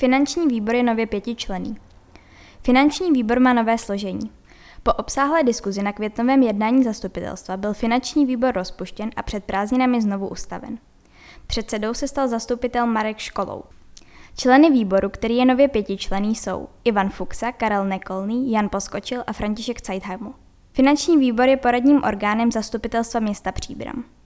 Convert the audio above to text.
Finanční výbor je nově 5členný. Finanční výbor má nové složení. Po obsáhlé diskuzi na květnovém jednání zastupitelstva byl finanční výbor rozpuštěn a před prázdninami znovu ustaven. Předsedou se stal zastupitel Marek Školou. Členy výboru, který je nově 5členný, jsou Ivan Fuksa, Karel Nekolný, Jan Poskočil a František Cajtheimu. Finanční výbor je poradním orgánem zastupitelstva města Příbram.